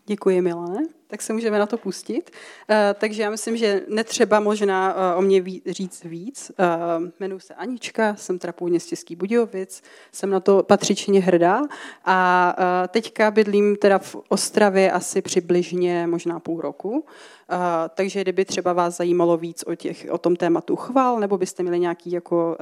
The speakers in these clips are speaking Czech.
Děkuji, Milane. Tak se můžeme na to pustit. Takže já myslím, že netřeba možná o mě říct víc. Jmenuji se Anička, jsem teda původně z Českých Budějovic, jsem na to patřičně hrdá a teďka bydlím teda v Ostravě asi přibližně možná půl roku. Takže kdyby třeba vás zajímalo víc o tom tématu chval, nebo byste měli nějaký jako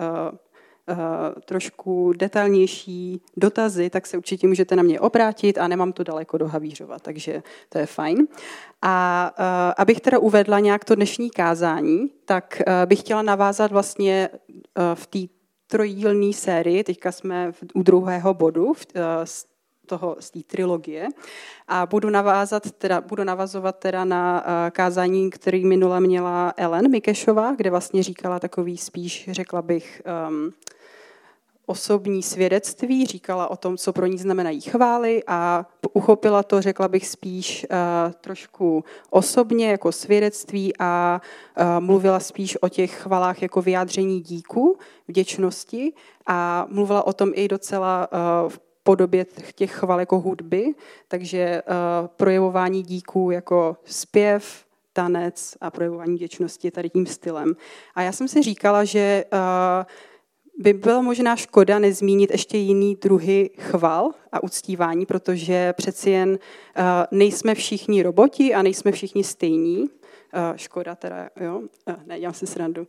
trošku detailnější dotazy, tak se určitě můžete na mě obrátit a nemám to daleko do Havířova, takže to je fajn. A abych teda uvedla nějak to dnešní kázání, tak bych chtěla navázat vlastně v té trojdílné sérii, teďka jsme u druhého bodu z té trilogie a budu navazovat teda na kázání, který minule měla Ellen Mikešová, kde vlastně říkala takový spíš, řekla bych, osobní svědectví, říkala o tom, co pro ní znamenají chvály a uchopila to, řekla bych, spíš trošku osobně jako svědectví a mluvila spíš o těch chvalách jako vyjádření díku, vděčnosti a mluvila o tom i docela v podobě těch chval jako hudby, takže projevování díků jako zpěv, tanec a projevování vděčnosti tady tím stylem. A já jsem si říkala, že by bylo možná škoda nezmínit ještě jiný druhy chval a uctívání, protože přeci jen nejsme všichni roboti a nejsme všichni stejní. Škoda teda, jo? Ne, dělám si srandu.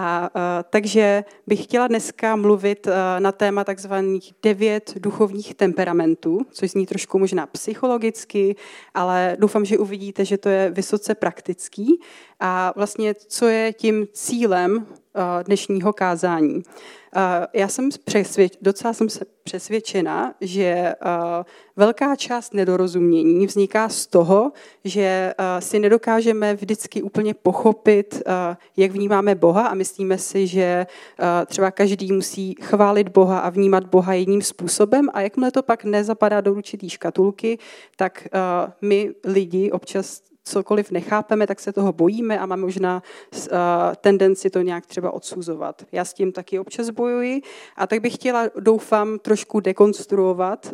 Takže bych chtěla dneska mluvit na téma takzvaných 9 duchovních temperamentů, což zní trošku možná psychologicky, ale doufám, že uvidíte, že to je vysoce praktický. A vlastně, co je tím cílem dnešního kázání. Já jsem docela jsem přesvědčena, že velká část nedorozumění vzniká z toho, že si nedokážeme vždycky úplně pochopit, jak vnímáme Boha a myslíme si, že třeba každý musí chválit Boha a vnímat Boha jedním způsobem a jakmile to pak nezapadá do určitý škatulky, tak my lidi občas cokoliv nechápeme, tak se toho bojíme a máme možná tendenci to nějak třeba odsuzovat. Já s tím taky občas bojuji a tak bych chtěla, doufám, trošku dekonstruovat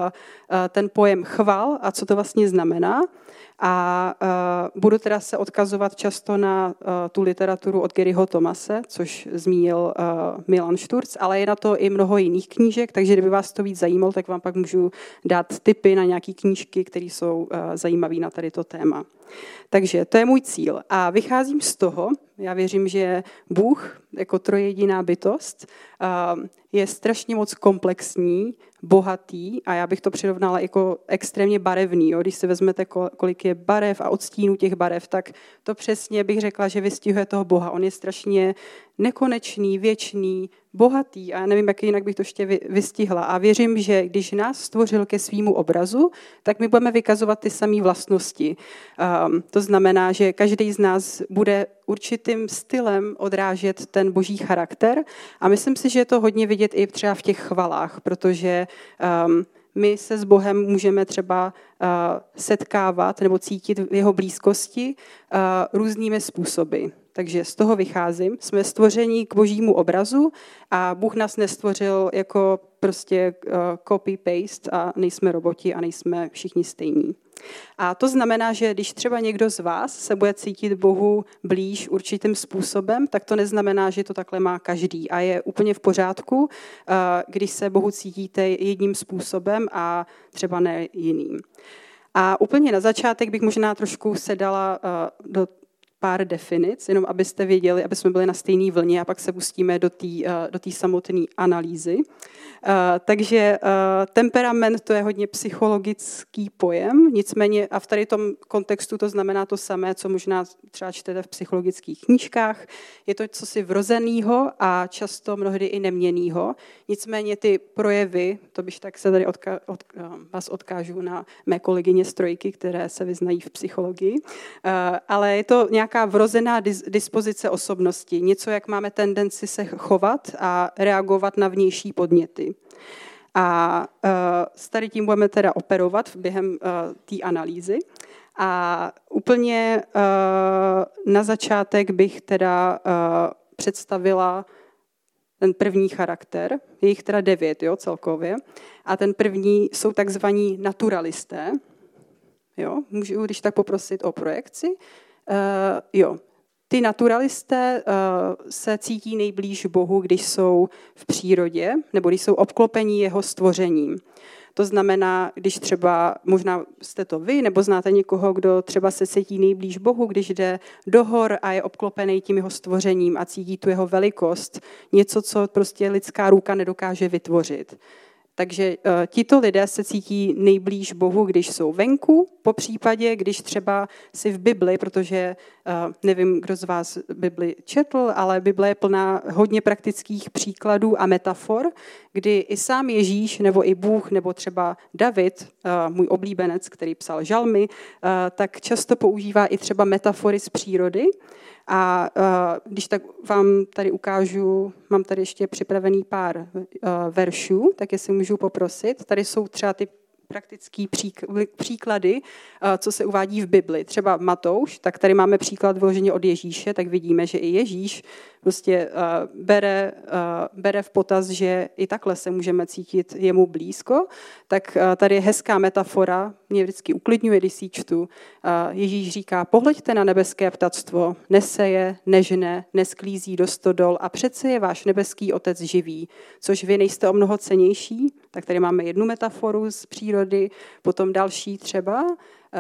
ten pojem chval a co to vlastně znamená. A budu teda se odkazovat často na tu literaturu od Garyho Thomase, což zmínil Milan Šturc, ale je na to i mnoho jiných knížek, takže kdyby vás to víc zajímalo, tak vám pak můžu dát tipy na nějaké knížky, které jsou zajímavé na tady to téma. Takže to je můj cíl. A vycházím z toho, já věřím, že Bůh jako trojjediná bytost je strašně moc komplexní, bohatý a já bych to přirovnala jako extrémně barevný. Jo? Když si vezmete, kolik je barev a odstínů těch barev, tak to přesně bych řekla, že vystihuje toho Boha. On je strašně nekonečný, věčný, bohatý a já nevím, jak jinak bych to ještě vystihla. A věřím, že když nás stvořil ke svýmu obrazu, tak my budeme vykazovat ty samé vlastnosti. To znamená, že každý z nás bude určitým stylem odrážet ten boží charakter a myslím si, že je to hodně vidět i třeba v těch chvalách, protože my se s Bohem můžeme třeba setkávat nebo cítit v jeho blízkosti různými způsoby. Takže z toho vycházím. Jsme stvoření k božímu obrazu a Bůh nás nestvořil jako prostě copy-paste a nejsme roboti a nejsme všichni stejní. A to znamená, že když třeba někdo z vás se bude cítit Bohu blíž určitým způsobem, tak to neznamená, že to takhle má každý. A je úplně v pořádku, když se Bohu cítíte jedním způsobem a třeba ne jiným. A úplně na začátek bych možná trošku se dala do pár definic, jenom abyste věděli, aby jsme byli na stejné vlně a pak se pustíme do té samotné analýzy. Takže temperament to je hodně psychologický pojem, nicméně a v tady tom kontextu to znamená to samé, co možná třeba čtete v psychologických knížkách. Je to cosi vrozenýho a často mnohdy i neměnnýho. Nicméně ty projevy, to bych tak se tady vás odkážu na mé kolegyně z trojky, které se vyznají v psychologii, ale je to nějaká vrozená dispozice osobnosti, něco, jak máme tendenci se chovat a reagovat na vnější podněty. A s tady tím budeme teda operovat během té analýzy. A úplně na začátek bych teda představila ten první charakter. Je jich teda 9, jo, celkově. A ten první jsou takzvaní naturalisté. Jo? Můžu když tak poprosit o projekci. Jo. Ty naturalisté se cítí nejblíž Bohu, když jsou v přírodě, nebo když jsou obklopení jeho stvořením. To znamená, když třeba, možná jste to vy, nebo znáte někoho, kdo třeba se cítí nejblíž Bohu, když jde do hor a je obklopený tím jeho stvořením a cítí tu jeho velikost, něco, co prostě lidská ruka nedokáže vytvořit. Takže tito lidé se cítí nejblíž Bohu, když jsou venku, po případě, když třeba si v Bibli, protože nevím, kdo z vás Bibli četl, ale Bible je plná hodně praktických příkladů a metafor, kdy i sám Ježíš, nebo i Bůh, nebo třeba David, můj oblíbenec, který psal žalmy, tak často používá i třeba metafory z přírody. A když tak vám tady ukážu, mám tady ještě připravený pár veršů, tak jestli můžu poprosit. Tady jsou třeba ty praktické příklady, co se uvádí v Bibli. Třeba Matouš, tak tady máme příklad vyloženě od Ježíše, tak vidíme, že i Ježíš prostě bere v potaz, že i takhle se můžeme cítit jemu blízko. Tak tady je hezká metafora, mě vždycky uklidňuje, když si čtu. Ježíš říká, pohleďte na nebeské ptactvo, neseje, nežne, nesklízí do stodol a přece je váš nebeský otec živý, což vy nejste o mnoho cennější. Tak tady máme jednu metaforu z přírody, potom další třeba,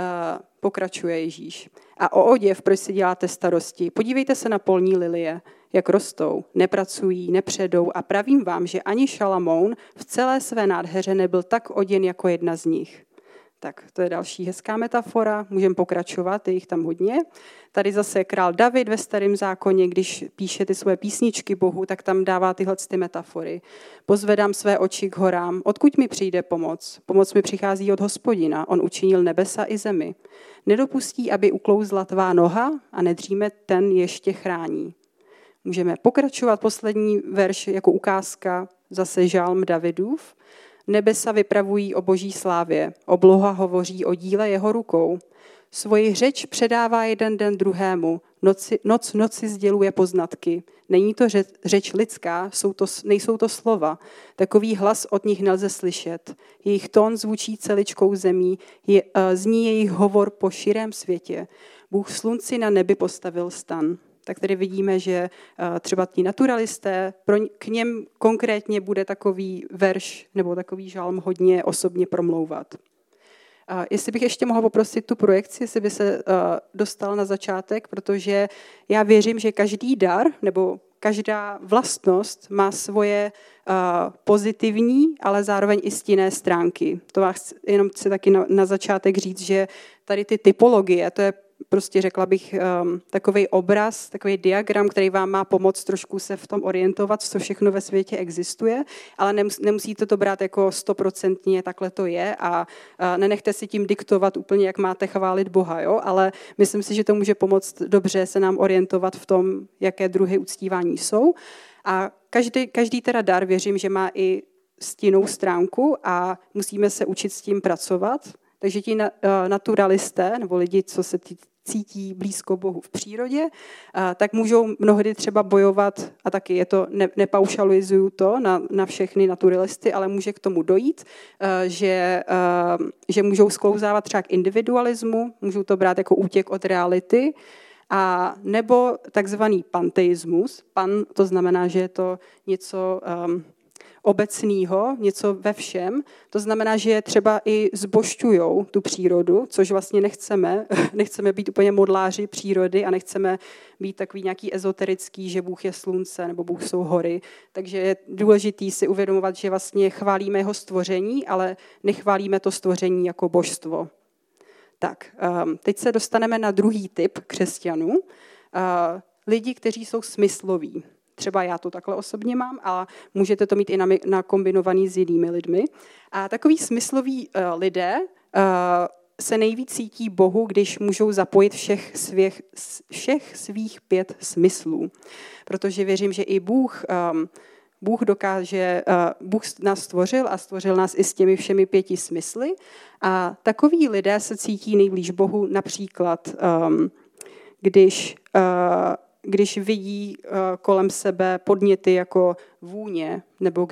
pokračuje Ježíš. A o oděv, proč si děláte starosti? Podívejte se na polní lilie, jak rostou, nepracují, nepředou a pravím vám, že ani Šalamoun v celé své nádheře nebyl tak oděn jako jedna z nich. Tak to je další hezká metafora, můžeme pokračovat, je jich tam hodně. Tady zase král David ve Starém zákoně, když píše ty svoje písničky Bohu, tak tam dává tyhle ty metafory. Pozvedám své oči k horám, odkud mi přijde pomoc? Pomoc mi přichází od Hospodina, on učinil nebesa i zemi. Nedopustí, aby uklouzla tvá noha a nedříme, ten ještě chrání. Můžeme pokračovat, poslední verš jako ukázka, zase žalm Davidův. Nebesa vypravují o boží slávě, obloha hovoří o díle jeho rukou. Svoji řeč předává jeden den druhému, noc noci sděluje poznatky. Není to řeč lidská, nejsou to slova. Takový hlas od nich nelze slyšet. Jejich tón zvučí celičkou zemí, zní jejich hovor po širém světě. Bůh slunci na nebi postavil stan. Tak tady vidíme, že třeba ti naturalisté, k něm konkrétně bude takový verš nebo takový žalm hodně osobně promlouvat. Jestli bych ještě mohla poprosit tu projekci, jestli by se dostala na začátek, protože já věřím, že každý dar nebo každá vlastnost má svoje pozitivní, ale zároveň i stinné stránky. To vás jenom chci taky na začátek říct, že tady ty typologie, to je prostě řekla bych takový obraz, takový diagram, který vám má pomoct trošku se v tom orientovat, co všechno ve světě existuje, ale nemusíte to brát jako 100%, takhle to je a nenechte si tím diktovat úplně, jak máte chválit Boha, jo? Ale myslím si, že to může pomoct dobře se nám orientovat v tom, jaké druhy uctívání jsou. A každý teda dar, věřím, že má i stinnou stránku a musíme se učit s tím pracovat. Takže ti naturalisté, nebo lidi, co se cítí blízko Bohu v přírodě, tak můžou mnohdy třeba bojovat, a taky je to, nepaušalizuju to na všechny naturalisty, ale může k tomu dojít, že můžou sklouzávat třeba k individualismu, můžou to brát jako útěk od reality, a nebo takzvaný panteismus. Pan to znamená, že je to něco obecného, něco ve všem. To znamená, že třeba i zbožťujou tu přírodu, což vlastně nechceme. Nechceme být úplně modláři přírody a nechceme být takový nějaký ezoterický, že Bůh je slunce nebo Bůh jsou hory. Takže je důležitý si uvědomovat, že vlastně chválíme jeho stvoření, ale nechválíme to stvoření jako božstvo. Tak, teď se dostaneme na druhý typ křesťanů. Lidi, kteří jsou smysloví. Třeba já to takhle osobně mám, ale můžete to mít i nakombinovaný s jinými lidmi. A takový smysloví lidé se nejvíc cítí Bohu, když můžou zapojit všech svých 5 smyslů. Protože věřím, že i Bůh nás stvořil a stvořil nás i s těmi všemi 5 smysly. A takoví lidé se cítí nejblíž Bohu například, když vidí kolem sebe podněty jako vůně nebo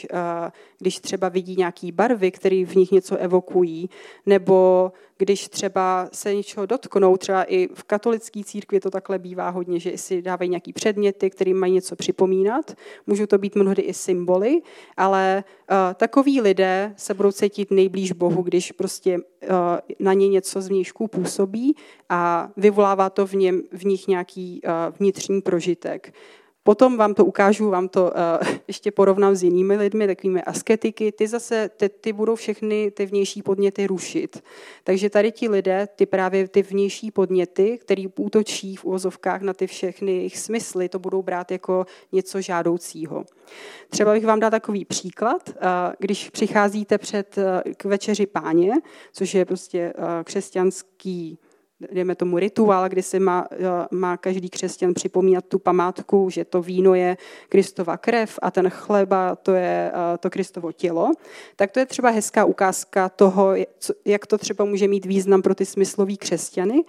když třeba vidí nějaké barvy, které v nich něco evokují, nebo když třeba se něčeho dotknou, třeba i v katolické církvi to takhle bývá hodně, že si dávají nějaké předměty, které mají něco připomínat. Můžou to být mnohdy i symboly, ale takoví lidé se budou cítit nejblíž Bohu, když prostě na ně něco zvnějšku působí a vyvolává to v nich nějaký vnitřní prožitek. Potom vám to ukážu, vám to ještě porovnám s jinými lidmi, takovými asketiky. Ty budou všechny ty vnější podněty rušit. Takže tady ti lidé, právě ty vnější podněty, který útočí v uvozovkách na ty všechny jejich smysly, to budou brát jako něco žádoucího. Třeba bych vám dal takový příklad, když přicházíte k večeři Páně, což je prostě křesťanský, dejme tomu rituál, kdy si má každý křesťan připomínat tu památku, že to víno je Kristova krev a ten chleba to je to Kristovo tělo, tak to je třeba hezká ukázka toho, jak to třeba může mít význam pro ty smysloví křesťany.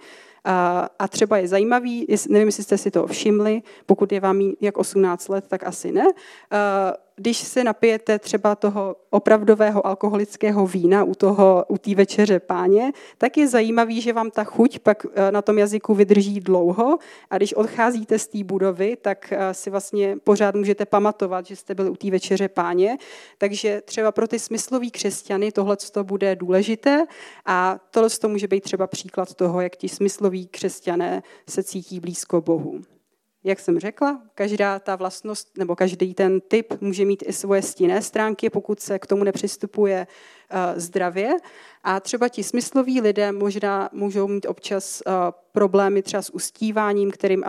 A třeba je zajímavý, nevím, jestli jste si to všimli, pokud je vám jak 18 let, tak asi ne. Když se napijete třeba toho opravdového alkoholického vína u té večeře Páně, tak je zajímavý, že vám ta chuť pak na tom jazyku vydrží dlouho a když odcházíte z té budovy, tak si vlastně pořád můžete pamatovat, že jste byli u té večeře Páně. Takže třeba pro ty smysloví křesťany tohle bude důležité a tohle může být třeba příklad toho, jak ti smysloví křesťané se cítí blízko Bohu. Jak jsem řekla, každá ta vlastnost nebo každý ten typ může mít i svoje stinné stránky, pokud se k tomu nepřistupuje zdravě. A třeba ti smysloví lidé možná můžou mít občas problémy třeba s uctíváním,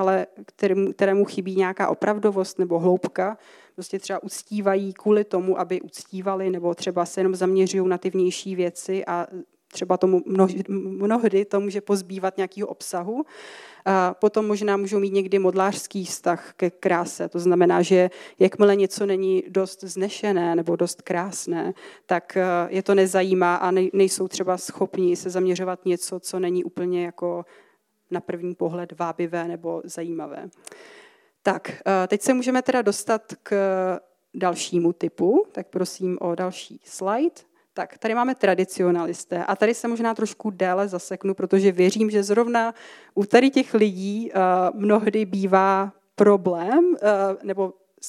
kterému chybí nějaká opravdovost nebo hloubka. Prostě třeba uctívají kvůli tomu, aby uctívali, nebo třeba se jenom zaměřují na ty vnější věci a třeba tomu mnohdy to může pozbývat nějakého obsahu. A potom možná můžou mít někdy modlářský vztah ke kráse. To znamená, že jakmile něco není dost vznešené nebo dost krásné, tak je to nezajímá a nejsou třeba schopni se zaměřovat něco, co není úplně jako na první pohled vábivé nebo zajímavé. Tak, teď se můžeme teda dostat k dalšímu typu. Tak prosím o další slide. Tak, tady máme tradicionalisté a tady se možná trošku déle zaseknu, protože věřím, že zrovna u tady těch lidí mnohdy bývá problém, nebo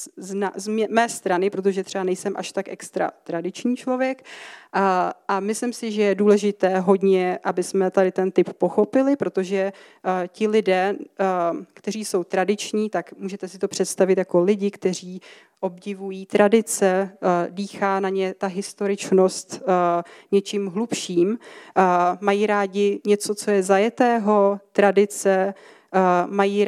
z mé strany, protože třeba nejsem až tak extra tradiční člověk a myslím si, že je důležité hodně, aby jsme tady ten typ pochopili, protože ti lidé, kteří jsou tradiční, tak můžete si to představit jako lidi, kteří obdivují tradice, dýchá na ně ta historičnost něčím hlubším, mají rádi něco, co je zajetého, tradice, mají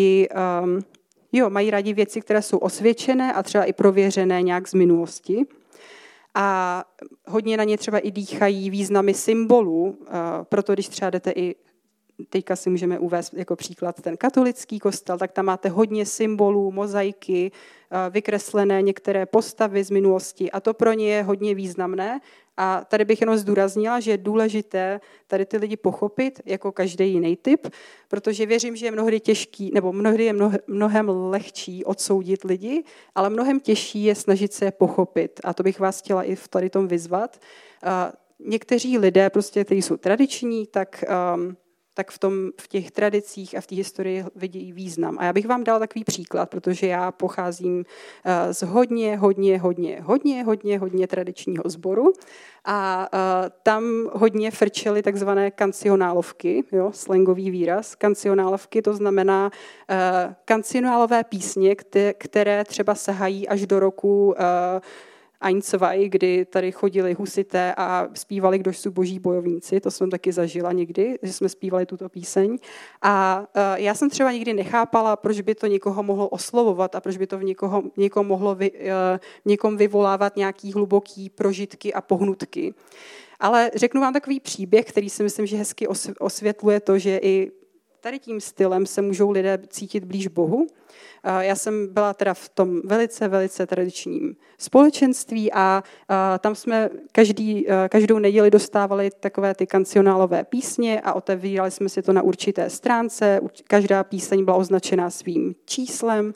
rádi věci, které jsou osvědčené a třeba i prověřené nějak z minulosti. A hodně na ně třeba i dýchají významy symbolů, proto když třeba jdete i teďka si můžeme uvést jako příklad ten katolický kostel, tak tam máte hodně symbolů, mozaiky, vykreslené některé postavy z minulosti a to pro ně je hodně významné. A tady bych jenom zdůraznila, že je důležité tady ty lidi pochopit jako každý jiný typ, protože věřím, že je mnohdy těžký, nebo mnohdy je mnohem lehčí odsoudit lidi, ale mnohem těžší je snažit se je pochopit. A to bych vás chtěla i v tady tom vyzvat. Někteří lidé, prostě, kteří jsou tradiční, tak v těch tradicích a v té historii vidí význam. A já bych vám dal takový příklad, protože já pocházím z hodně tradičního sboru a tam hodně frčely takzvané kancionálovky, slangový výraz. Kancionálovky, to znamená kancionálové písně, které třeba sahají až do roku Einzwei, kdy tady chodili husité a zpívali Kdož jsou boží bojovníci, to jsem taky zažila někdy, že jsme zpívali tuto píseň. A já jsem třeba nikdy nechápala, proč by to někoho mohlo oslovovat a proč by to někoho mohlo někom vyvolávat nějaký hluboký prožitky a pohnutky. Ale řeknu vám takový příběh, který si myslím, že hezky osvětluje to, že i tady tím stylem se můžou lidé cítit blíž Bohu. Já jsem byla teda v tom velice tradičním společenství a tam jsme každou neděli dostávali takové ty kancionálové písně a otevírali jsme si to na určité stránce. Každá píseň byla označená svým číslem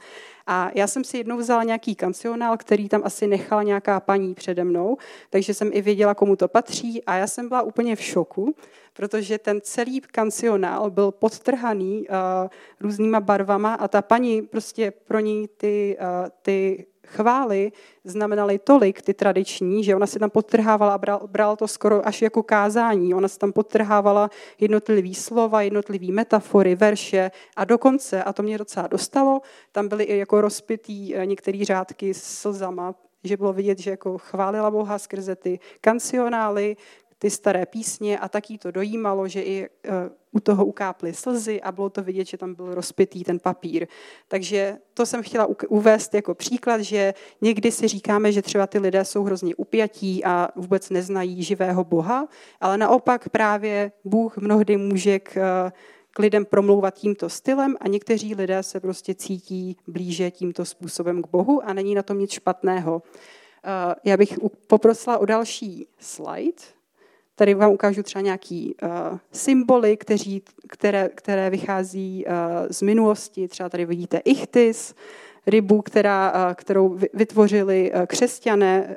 A já jsem si jednou vzala nějaký kancionál, který tam asi nechala nějaká paní přede mnou, takže jsem i věděla, komu to patří a já jsem byla úplně v šoku, protože ten celý kancionál byl podtrhaný různýma barvama a ta paní prostě pro ní ty chvály znamenaly tolik, ty tradiční, že ona si tam podtrhávala a brala to skoro až jako kázání. Ona si tam podtrhávala jednotlivý slova, jednotlivý metafory, verše a dokonce, a to mě docela dostalo, tam byly i jako rozpitý některé řádky s slzama, že bylo vidět, že jako chválila Boha skrze ty kancionály, ty staré písně a taky to dojímalo, že i u toho ukáply slzy a bylo to vidět, že tam byl rozpitý ten papír. Takže to jsem chtěla uvést jako příklad, že někdy si říkáme, že třeba ty lidé jsou hrozně upjatí a vůbec neznají živého Boha, ale naopak právě Bůh mnohdy může k lidem promlouvat tímto stylem a někteří lidé se prostě cítí blíže tímto způsobem k Bohu a není na tom nic špatného. Já bych poprosila o další slide. Tady vám ukážu třeba nějaký symboly, které vychází z minulosti. Třeba tady vidíte ichthys, rybu, kterou vytvořili křesťané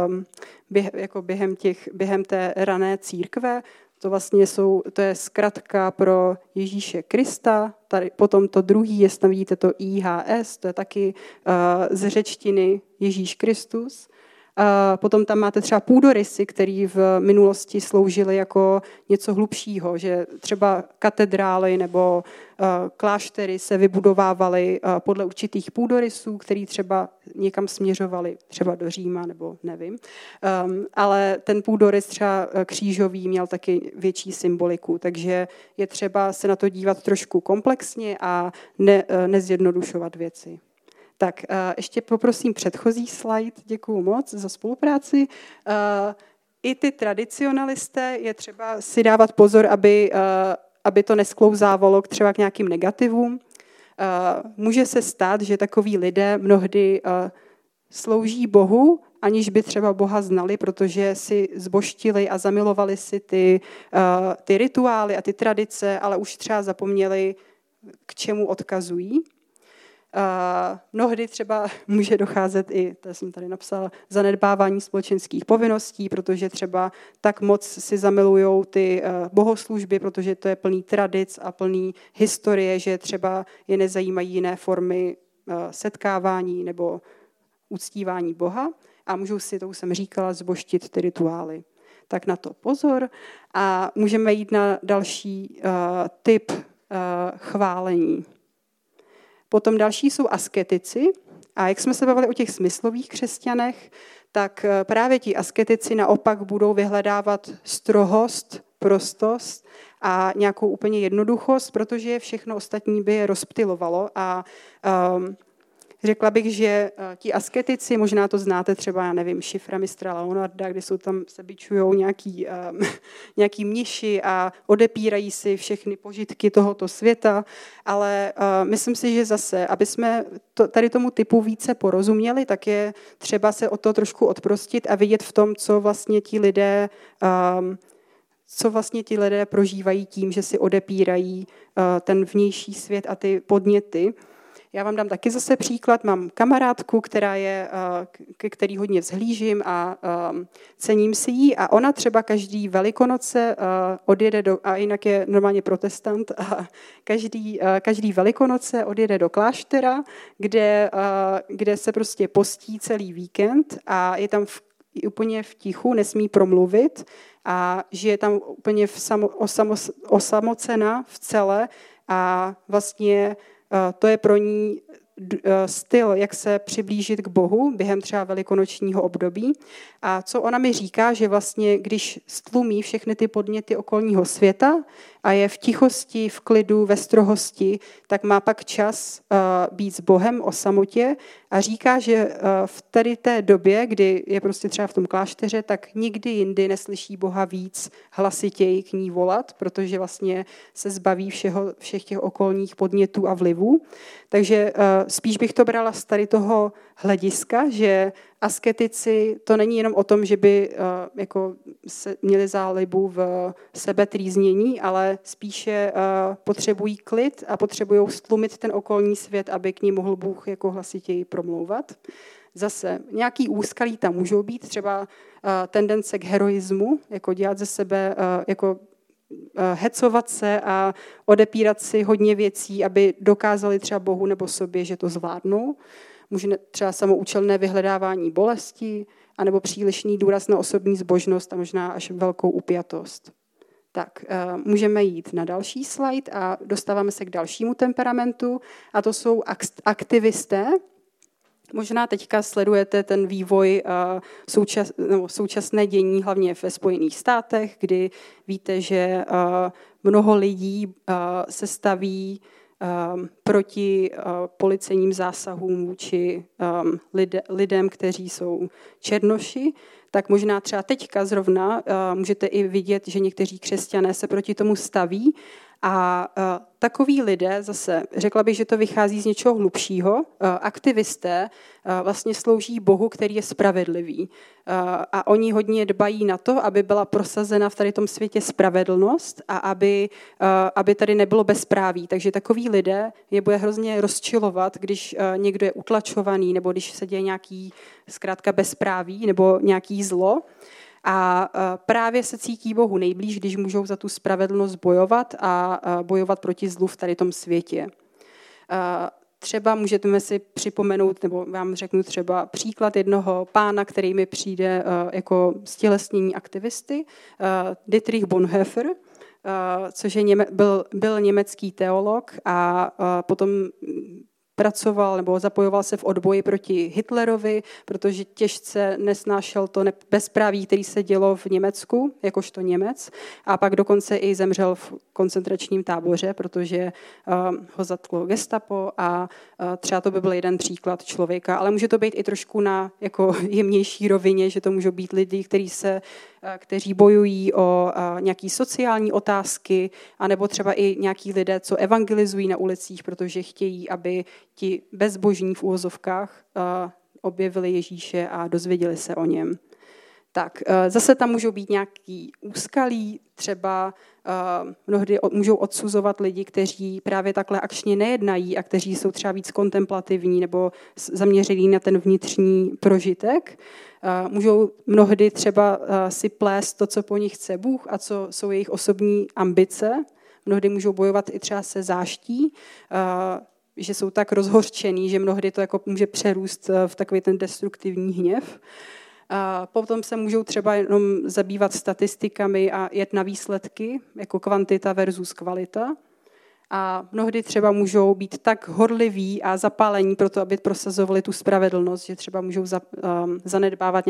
během té rané církve. To vlastně to je zkratka pro Ježíše Krista. Tady potom to druhý, tam vidíte to IHS, to je taky z řečtiny Ježíš Kristus. Potom tam máte třeba půdorysy, které v minulosti sloužily jako něco hlubšího, že třeba katedrály nebo kláštery se vybudovávaly podle určitých půdorysů, které třeba někam směřovaly, třeba do Říma nebo nevím. Ale ten půdorys třeba křížový měl taky větší symboliku, takže je třeba se na to dívat trošku komplexně a nezjednodušovat věci. Tak ještě poprosím předchozí slide, děkuju moc za spolupráci. I ty tradicionalisté je třeba si dávat pozor, aby to nesklouzávalo třeba k nějakým negativům. Může se stát, že takoví lidé mnohdy slouží Bohu, aniž by třeba Boha znali, protože si zbožtili a zamilovali si ty rituály a ty tradice, ale už třeba zapomněli, k čemu odkazují. Mnohdy třeba může docházet i, to jsem tady napsala, zanedbávání společenských povinností, protože třeba tak moc si zamilujou ty bohoslužby, protože to je plný tradic a plný historie, že třeba je nezajímají jiné formy setkávání nebo uctívání Boha a můžou si, to už jsem říkala, zbožtit ty rituály. Tak na to pozor a můžeme jít na další typ chválení. Potom další jsou asketici. A jak jsme se bavili o těch smyslových křesťanech, tak právě ti asketici naopak budou vyhledávat strohost, prostost a nějakou úplně jednoduchost, protože všechno ostatní by je rozptylovalo. A řekla bych, že ti asketici, možná to znáte třeba, já nevím, šifra mistra Leonarda, kde jsou tam, se bičujou nějaký mniši a odepírají si všechny požitky tohoto světa, ale myslím si, že zase, aby jsme tady tomu typu více porozuměli, tak je třeba se o to trošku odprostit a vidět v tom, co vlastně ti lidé prožívají tím, že si odepírají ten vnější svět a ty podněty. Já vám dám taky zase příklad. Mám kamarádku, ke který hodně vzhlížím a cením si ji. A ona třeba každý Velikonoce odjede a jinak je normálně protestant, a každý Velikonoce odjede do kláštera, kde se prostě postí celý víkend a je tam úplně v tichu, nesmí promluvit a žije tam úplně osamocena v cele a vlastně to je pro ní styl, jak se přiblížit k Bohu během třeba velikonočního období. A co ona mi říká, že vlastně, když stlumí všechny ty podněty okolního světa a je v tichosti, v klidu, ve strohosti, tak má pak čas být s Bohem o samotě a říká, že v tady té době, kdy je prostě třeba v tom klášteře, tak nikdy jindy neslyší Boha víc hlasitěji k ní volat, protože vlastně se zbaví všech těch okolních podnětů a vlivů. Takže spíš bych to brala z tady toho hlediska, že asketici, to není jenom o tom, že by jako měli zálibu v sebetrýznění, ale spíše potřebují klid a potřebují stlumit ten okolní svět, aby k ním mohl Bůh jako hlasitěji promlouvat. Zase nějaký úskalí tam můžou být, třeba tendence k heroismu, jako dělat ze sebe, jako hecovat se a odepírat si hodně věcí, aby dokázali třeba Bohu nebo sobě, že to zvládnou. Může třeba samoučelné vyhledávání bolesti, anebo přílišný důraz na osobní zbožnost a možná až velkou upjatost. Tak, můžeme jít na další slide a dostáváme se k dalšímu temperamentu, a to jsou aktivisté. Možná teďka sledujete ten vývoj současné dění, hlavně ve Spojených státech, kdy víte, že mnoho lidí se staví proti policejním zásahům vůči lidem, kteří jsou černoši. Tak možná třeba teďka zrovna můžete i vidět, že někteří křesťané se proti tomu staví. A takoví lidé, zase řekla bych, že to vychází z něčeho hlubšího, aktivisté vlastně slouží Bohu, který je spravedlivý. A oni hodně dbají na to, aby byla prosazena v tady tom světě spravedlnost a aby tady nebylo bezpráví. Takže takoví lidé je bude hrozně rozčilovat, když někdo je utlačovaný nebo když se děje nějaký zkrátka bezpráví nebo nějaký zlo. A právě se cítí Bohu nejblíž, když můžou za tu spravedlnost bojovat a bojovat proti zlu v tady tom světě. Třeba můžete si připomenout, nebo vám řeknu třeba příklad jednoho pána, který mi přijde jako stělesnění aktivisty, Dietrich Bonhoeffer, což byl německý teolog a potom pracoval nebo zapojoval se v odboji proti Hitlerovi, protože těžce nesnášel to bezpráví, který se dělo v Německu, jakožto Němec. A pak dokonce i zemřel v koncentračním táboře, protože ho zatklo gestapo a třeba to by byl jeden příklad člověka. Ale může to být i trošku na jako jemnější rovině, že to můžou být lidi, kteří bojují o nějaké sociální otázky, anebo třeba i nějaký lidé, co evangelizují na ulicích, protože chtějí, aby ti bezbožní v úvozovkách objevili Ježíše a dozvěděli se o něm. Tak, zase tam můžou být nějaký úskalí, třeba mnohdy můžou odsuzovat lidi, kteří právě takhle akčně nejednají a kteří jsou třeba víc kontemplativní nebo zaměření na ten vnitřní prožitek. Můžou mnohdy třeba si plést to, co po nich chce Bůh a co jsou jejich osobní ambice. Mnohdy můžou bojovat i třeba se záští, že jsou tak rozhořčený, že mnohdy to jako může přerůst v takový ten destruktivní hněv. Potom se můžou třeba jenom zabývat statistikami a jet na výsledky, jako kvantita versus kvalita. A mnohdy třeba můžou být tak horliví a zapálení pro to, aby prosazovali tu spravedlnost, že třeba můžou zanedbávat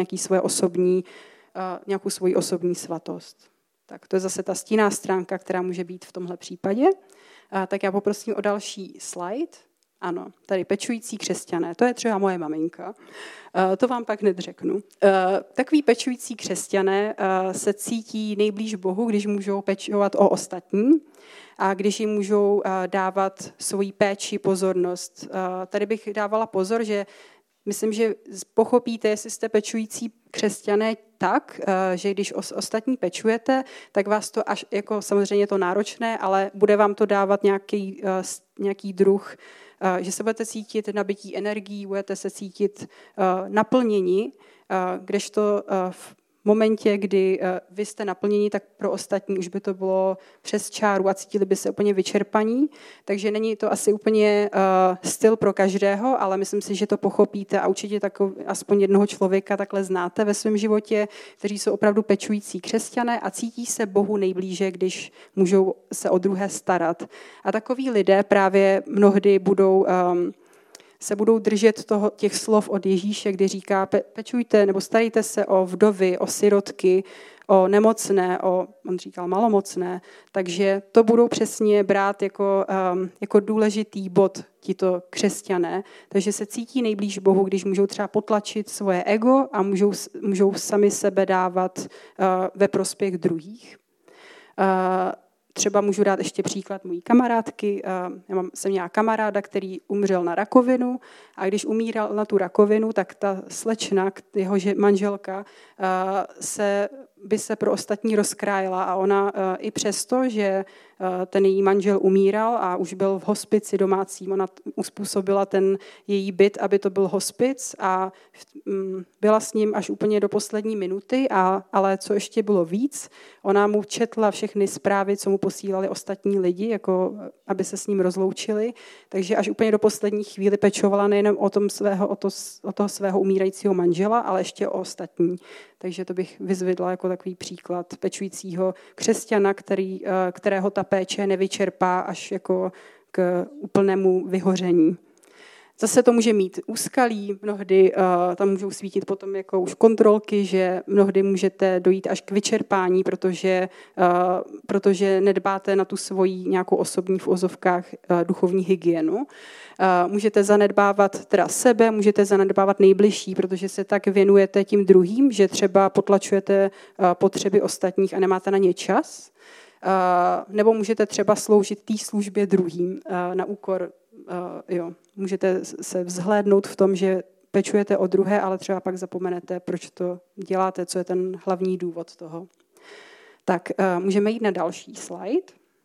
nějakou svoji osobní svatost. Tak to je zase ta stinná stránka, která může být v tomhle případě. Tak já poprosím o další slide. Ano, tady pečující křesťané, to je třeba moje maminka, to vám pak hned řeknu. Takový pečující křesťané se cítí nejblíž Bohu, když můžou pečovat o ostatní a když jim můžou dávat svoji péči, pozornost. Tady bych dávala pozor, že myslím, že pochopíte, jestli jste pečující křesťané tak, že když ostatní tak vás to až, jako samozřejmě to náročné, ale bude vám to dávat nějaký druh, že se budete cítit nabití energií, budete se cítit naplnění, kdežto v momentě, kdy vy jste naplněni, tak pro ostatní už by to bylo přes čáru a cítili by se úplně vyčerpaní. Takže není to asi úplně styl pro každého, ale myslím si, že to pochopíte a určitě aspoň jednoho člověka takhle znáte ve svém životě, kteří jsou opravdu pečující křesťané a cítí se Bohu nejblíže, když můžou se o druhé starat. A takoví lidé právě mnohdy se budou držet těch slov od Ježíše, kdy říká, pečujte nebo starejte se o vdovy, o sirotky, o nemocné, on říkal malomocné, takže to budou přesně brát jako důležitý bod tito křesťané, takže se cítí nejblíž Bohu, když můžou třeba potlačit svoje ego a můžou sami sebe dávat ve prospěch druhých. třeba můžu dát ještě příklad mojí kamarádky. Jsem měla kamaráda, který umřel na rakovinu a když umíral na tu rakovinu, tak ta slečna, jeho manželka, by se pro ostatní rozkrájela a ona i přesto, že ten její manžel umíral a už byl v hospici domácím, ona uspůsobila ten její byt, aby to byl hospic a byla s ním až úplně do poslední minuty, ale co ještě bylo víc, ona mu četla všechny zprávy, co mu posílali ostatní lidi, jako aby se s ním rozloučili, takže až úplně do poslední chvíli pečovala nejenom o toho svého umírajícího manžela, ale ještě o ostatní. Takže to bych vyzvedla jako takový příklad pečujícího křesťana, kterého ta péče nevyčerpá až jako k úplnému vyhoření. Zase to může mít úskalí, mnohdy tam můžou svítit potom jako už kontrolky, že mnohdy můžete dojít až k vyčerpání, protože nedbáte na tu svoji nějakou osobní v ozovkách duchovní hygienu. Můžete zanedbávat teda sebe, můžete zanedbávat nejbližší, protože se tak věnujete tím druhým, že třeba potlačujete potřeby ostatních a nemáte na ně čas. Nebo můžete třeba sloužit té službě druhým na úkor. Můžete se vzhlédnout v tom, že pečujete o druhé, ale třeba pak zapomenete, proč to děláte, co je ten hlavní důvod toho. Tak můžeme jít na další slide.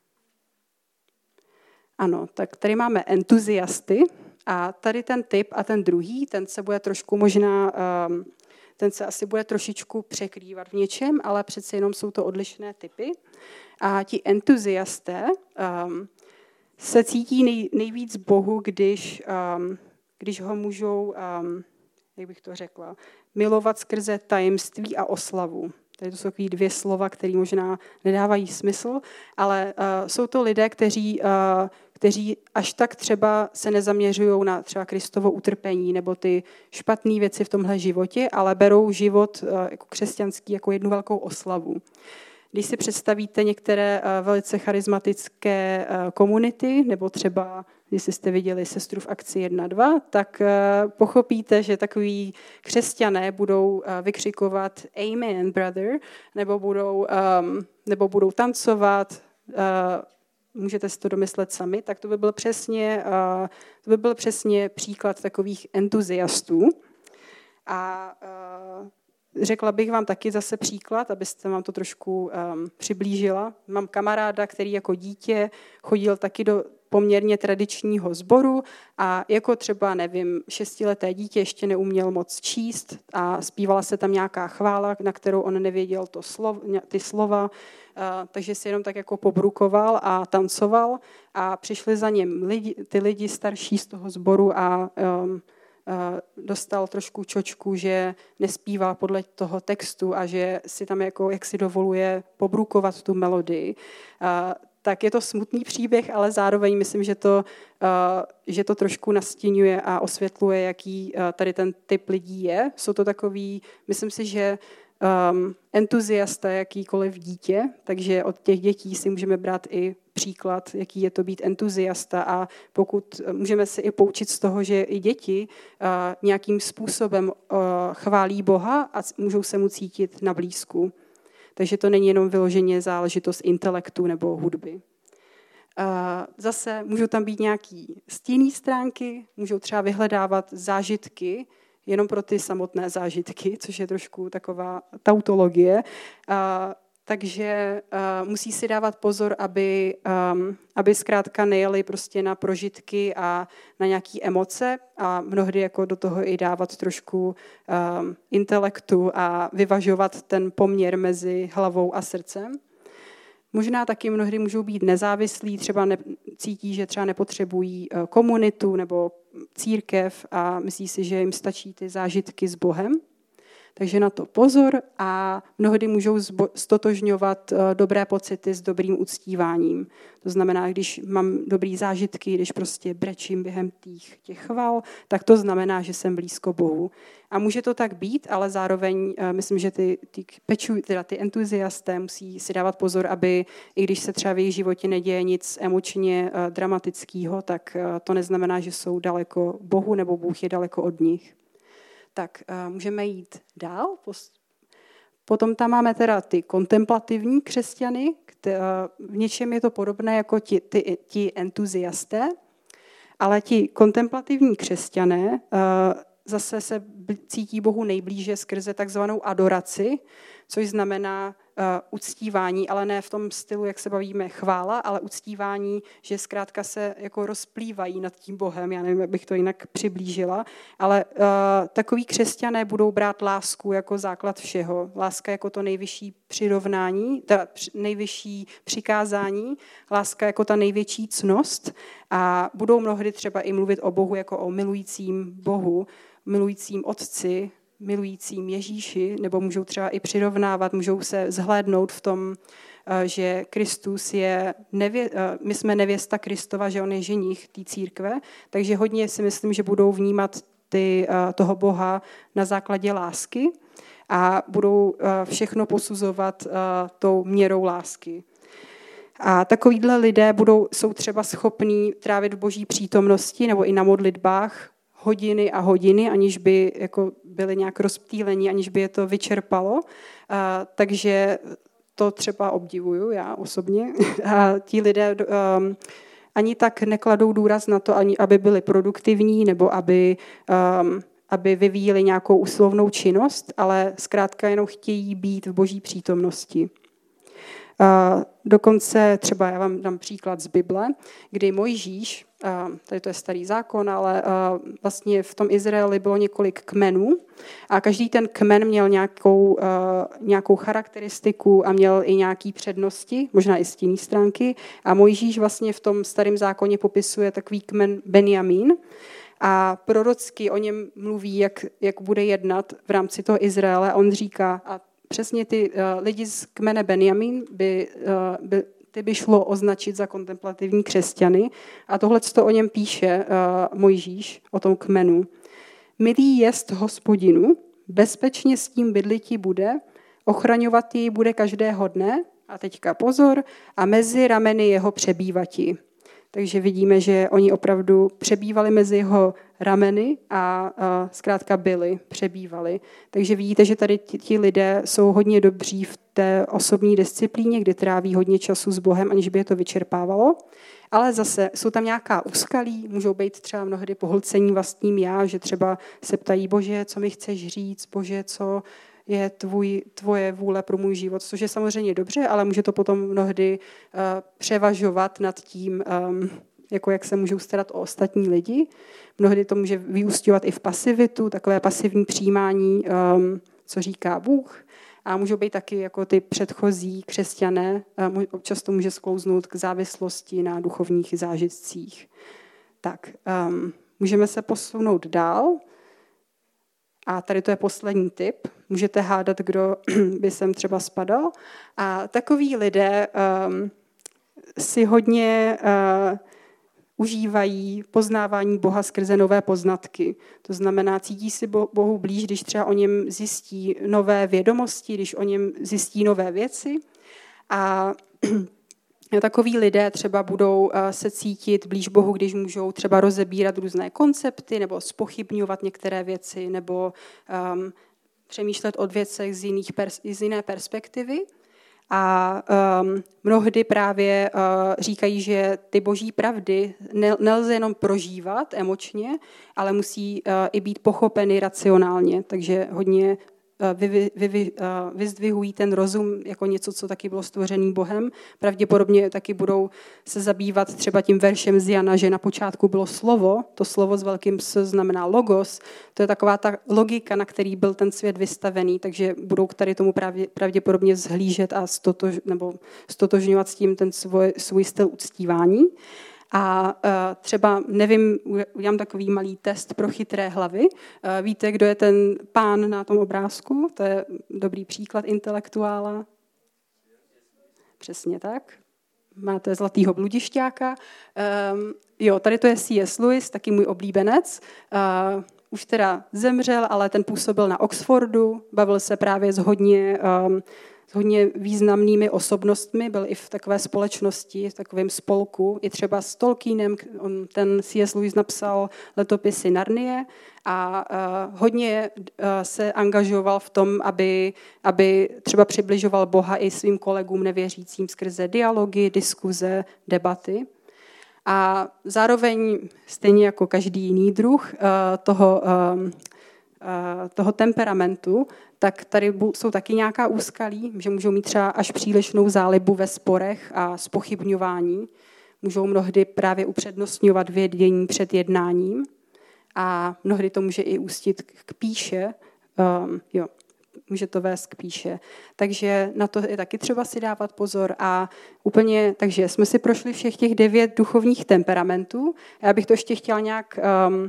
Ano, tak tady máme entuziasty a tady ten typ a ten druhý, ten se asi bude trošičku překrývat v něčem, ale přece jenom jsou to odlišné typy. A ti entuziasté se cítí nejvíc Bohu, když ho můžou, jak bych to řekla, milovat skrze tajemství a oslavu. Tady to jsou takové dvě slova, které možná nedávají smysl, ale jsou to lidé, kteří až tak třeba se nezaměřují na třeba Kristovo utrpení nebo ty špatné věci v tomhle životě, ale berou život jako křesťanský jako jednu velkou oslavu. Když si představíte některé velice charismatické komunity, nebo třeba, když jste viděli Sestru v akci 1.2, tak pochopíte, že takový křesťané budou vykřikovat Amen, brother, nebo budou tancovat, můžete si to domyslet sami, tak to by byl přesně příklad takových entuziastů. A řekla bych vám taky zase příklad, abyste vám to trošku přiblížila. Mám kamaráda, který jako dítě chodil taky do poměrně tradičního sboru a jako třeba, 6leté dítě ještě neuměl moc číst a zpívala se tam nějaká chvála, na kterou on nevěděl ty slova, takže si jenom tak jako pobrukoval a tancoval a přišli za ním ty lidi starší z toho sboru a dostal trošku čočku, že nespívá podle toho textu a že si tam jako, jak si dovoluje pobrukovat tu melodii. Tak je to smutný příběh, ale zároveň myslím, že to trošku nastíňuje a osvětluje, jaký tady ten typ lidí je. Jsou to takový, myslím si, že entuziasta jakýkoliv dítě, takže od těch dětí si můžeme brát i příklad, jaký je to být entuziasta a pokud můžeme se i poučit z toho, že i děti nějakým způsobem chválí Boha a můžou se mu cítit na blízku. Takže to není jenom vyloženě záležitost intelektu nebo hudby. Zase můžou tam být nějaký stinné stránky, můžou třeba vyhledávat zážitky, jenom pro ty samotné zážitky, což je trošku taková tautologie. Takže musí si dávat pozor, aby zkrátka nejeli prostě na prožitky a na nějaké emoce a mnohdy jako do toho i dávat trošku intelektu a vyvažovat ten poměr mezi hlavou a srdcem. Možná taky mnohdy můžou být nezávislí, třeba cítí, že třeba nepotřebují komunitu nebo církev a myslí si, že jim stačí ty zážitky s Bohem. Takže na to pozor a mnohdy můžou stotožňovat dobré pocity s dobrým uctíváním. To znamená, když mám dobrý zážitky, když prostě brečím během těch chval, tak to znamená, že jsem blízko Bohu. A může to tak být, ale zároveň myslím, že ty entuziasté musí si dávat pozor, aby i když se třeba v jejich životě neděje nic emočně dramatického, tak to neznamená, že jsou daleko Bohu nebo Bůh je daleko od nich. Tak můžeme jít dál. Potom tam máme teda ty kontemplativní křesťany, V něčem je to podobné jako ti entuziasté, ale ti kontemplativní křesťané zase se cítí Bohu nejblíže skrze takzvanou adoraci, což znamená uctívání, ale ne v tom stylu, jak se bavíme chvála, ale uctívání, že zkrátka se jako rozplývají nad tím Bohem, já nevím, jak bych to jinak přiblížila, ale takoví křesťané budou brát lásku jako základ všeho. Láska jako to nejvyšší přirovnání, nejvyšší přikázání, láska jako ta největší ctnost a budou mnohdy třeba i mluvit o Bohu jako o milujícím Bohu, milujícím Otci, milujícím Ježíši, nebo můžou třeba i přirovnávat, můžou se zhlédnout v tom, že Kristus je, my jsme nevěsta Kristova, že on je ženich té církve, takže hodně si myslím, že budou vnímat toho Boha na základě lásky a budou všechno posuzovat tou měrou lásky. A takovýhle lidé jsou třeba schopní trávit v Boží přítomnosti nebo i na modlitbách hodiny a hodiny, aniž by jako byli nějak rozptýlení, aniž by je to vyčerpalo. Takže to třeba obdivuju já osobně. A ti lidé ani tak nekladou důraz na to, aby byli produktivní nebo aby vyvíjeli nějakou úsilovnou činnost, ale zkrátka jenom chtějí být v Boží přítomnosti. Dokonce třeba já vám dám příklad z Bible, kdy Mojžíš, tady to je starý zákon, ale vlastně v tom Izraeli bylo několik kmenů a každý ten kmen měl nějakou charakteristiku a měl i nějaké přednosti, možná i stinné stránky. A Mojžíš vlastně v tom starém zákoně popisuje takový kmen Benjamín a prorocky o něm mluví, jak bude jednat v rámci toho Izraele. A on říká, a přesně ty lidi z kmene Benjamín ty by šlo označit za kontemplativní křesťany. A tohle o něm píše Mojžíš, o tom kmenu. Milý jest Hospodinu, bezpečně s tím bydliti bude, ochraňovat jej bude každého dne, a teďka pozor, a mezi rameny jeho přebývati. Takže vidíme, že oni opravdu přebývali mezi jeho rameny a zkrátka přebývali. Takže vidíte, že tady ti lidé jsou hodně dobří v té osobní disciplíně, kdy tráví hodně času s Bohem, aniž by je to vyčerpávalo. Ale zase jsou tam nějaká úskalí, můžou být třeba mnohdy pohlcení vlastním já, že třeba se ptají, Bože, co mi chceš říct, Bože, co je tvoje vůle pro můj život, což je samozřejmě dobře, ale může to potom mnohdy převažovat nad tím, jako jak se můžou starat o ostatní lidi. Mnohdy to může vyúsťovat i v pasivitu, takové pasivní přijímání, co říká Bůh. A můžou být taky jako ty předchozí křesťané, občas to může sklouznout k závislosti na duchovních zážitcích. Tak, můžeme se posunout dál. A tady to je poslední tip. Můžete hádat, kdo by sem třeba spadal. A takoví lidé si hodně užívají poznávání Boha skrze nové poznatky. To znamená, cítí si Bohu blíž, když třeba o něm zjistí nové vědomosti, když o něm zjistí nové věci. A takoví lidé třeba budou se cítit blíž Bohu, když můžou třeba rozebírat různé koncepty nebo zpochybňovat některé věci nebo přemýšlet o věcech z jiné perspektivy. A mnohdy právě říkají, že ty boží pravdy nelze jenom prožívat emočně, ale musí i být pochopeny racionálně. Takže hodně vyzdvihují ten rozum jako něco, co taky bylo stvořený Bohem. Pravděpodobně taky budou se zabývat třeba tím veršem z Jana, že na počátku bylo slovo, to slovo s velkým S znamená logos, to je taková ta logika, na který byl ten svět vystavený, takže budou k tady tomu pravděpodobně zhlížet a stotožňovat s tím ten svůj styl uctívání. A třeba, nevím, udělám takový malý test pro chytré hlavy. Víte, kdo je ten pán na tom obrázku? To je dobrý příklad intelektuála. Přesně tak. Máte zlatýho bludišťáka. Jo, tady to je C.S. Lewis, taky můj oblíbenec. Už teda zemřel, ale ten působil na Oxfordu, bavil se právě s hodně významnými osobnostmi, byl i v takové společnosti, v takovém spolku, i třeba s Tolkienem, ten C.S. Lewis napsal Letopisy Narnie a hodně se angažoval v tom, aby třeba přibližoval Boha i svým kolegům nevěřícím skrze dialogy, diskuze, debaty. A zároveň stejně jako každý jiný druh toho temperamentu, tak tady jsou taky nějaká úskalí, že můžou mít třeba až přílišnou zálibu ve sporech a zpochybňování. Můžou mnohdy právě upřednostňovat vědění před jednáním a mnohdy to může i ústit k pýše. Může to vést k pýše. Takže na to je taky třeba si dávat pozor. A úplně, takže jsme si prošli všech těch 9 duchovních temperamentů. Já bych to ještě chtěla nějak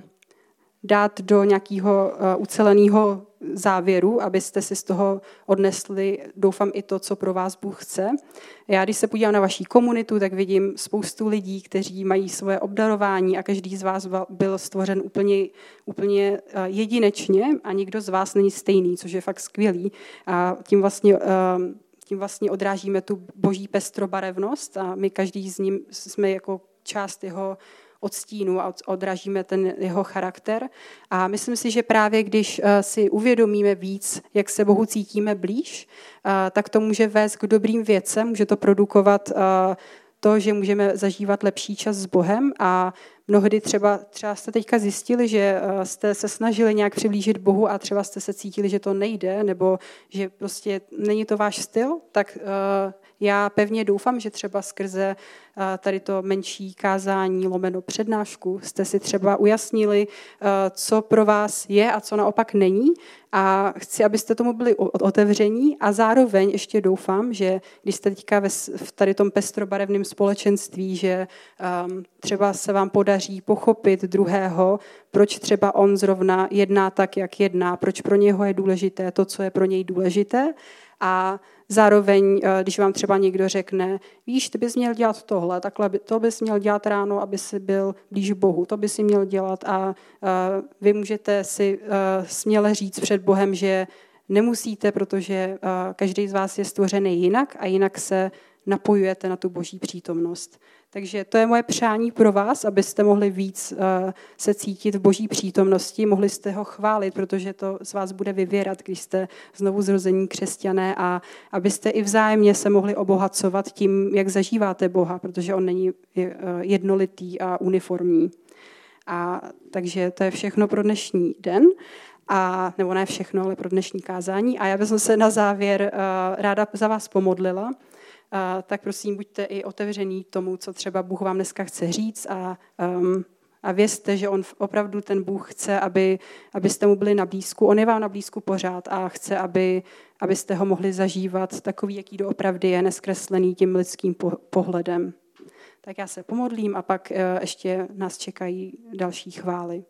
dát do nějakého uceleného závěru, abyste si z toho odnesli, doufám, i to, co pro vás Bůh chce. Já, když se podívám na vaši komunitu, tak vidím spoustu lidí, kteří mají svoje obdarování a každý z vás byl stvořen úplně jedinečně a nikdo z vás není stejný, což je fakt skvělý. A tím vlastně odrážíme tu boží pestrobarevnost a my každý z ním jsme jako část jeho odstínu a odrážíme ten jeho charakter. A myslím si, že právě když si uvědomíme víc, jak se Bohu cítíme blíž, tak to může vést k dobrým věcem, může to produkovat to, že můžeme zažívat lepší čas s Bohem a mnohdy třeba jste teďka zjistili, že jste se snažili nějak přiblížit Bohu a třeba jste se cítili, že to nejde nebo že prostě není to váš styl, tak já pevně doufám, že třeba skrze tady to menší kázání lomeno přednášku jste si třeba ujasnili, co pro vás je a co naopak není. A chci, abyste tomu byli otevření a zároveň ještě doufám, že když jste teďka v tady tom pestrobarevném společenství, že třeba se vám podaří pochopit druhého, proč třeba on zrovna jedná tak, jak jedná, proč pro něho je důležité to, co je pro něj důležité. A zároveň, když vám třeba někdo řekne, víš, ty bys měl dělat tohle, takhle to bys měl dělat ráno, aby si byl blíž Bohu, to bys si měl dělat a vy můžete si směle říct před Bohem, že nemusíte, protože každý z vás je stvořený jinak a jinak se napojujete na tu boží přítomnost. Takže to je moje přání pro vás, abyste mohli víc se cítit v boží přítomnosti, mohli jste ho chválit, protože to z vás bude vyvěrat, když jste znovu zrození křesťané a abyste i vzájemně se mohli obohacovat tím, jak zažíváte Boha, protože on není jednolitý a uniformní. A takže to je všechno pro dnešní den. Nebo ne všechno, ale pro dnešní kázání. A já bych se na závěr ráda za vás pomodlila. Tak prosím, buďte i otevření tomu, co třeba Bůh vám dneska chce říct a vězte, že on opravdu ten Bůh chce, abyste mu byli na blízku. On je vám na blízku pořád a chce, abyste ho mohli zažívat takový, jaký doopravdy je, neskreslený tím lidským pohledem. Tak já se pomodlím a pak ještě nás čekají další chvály.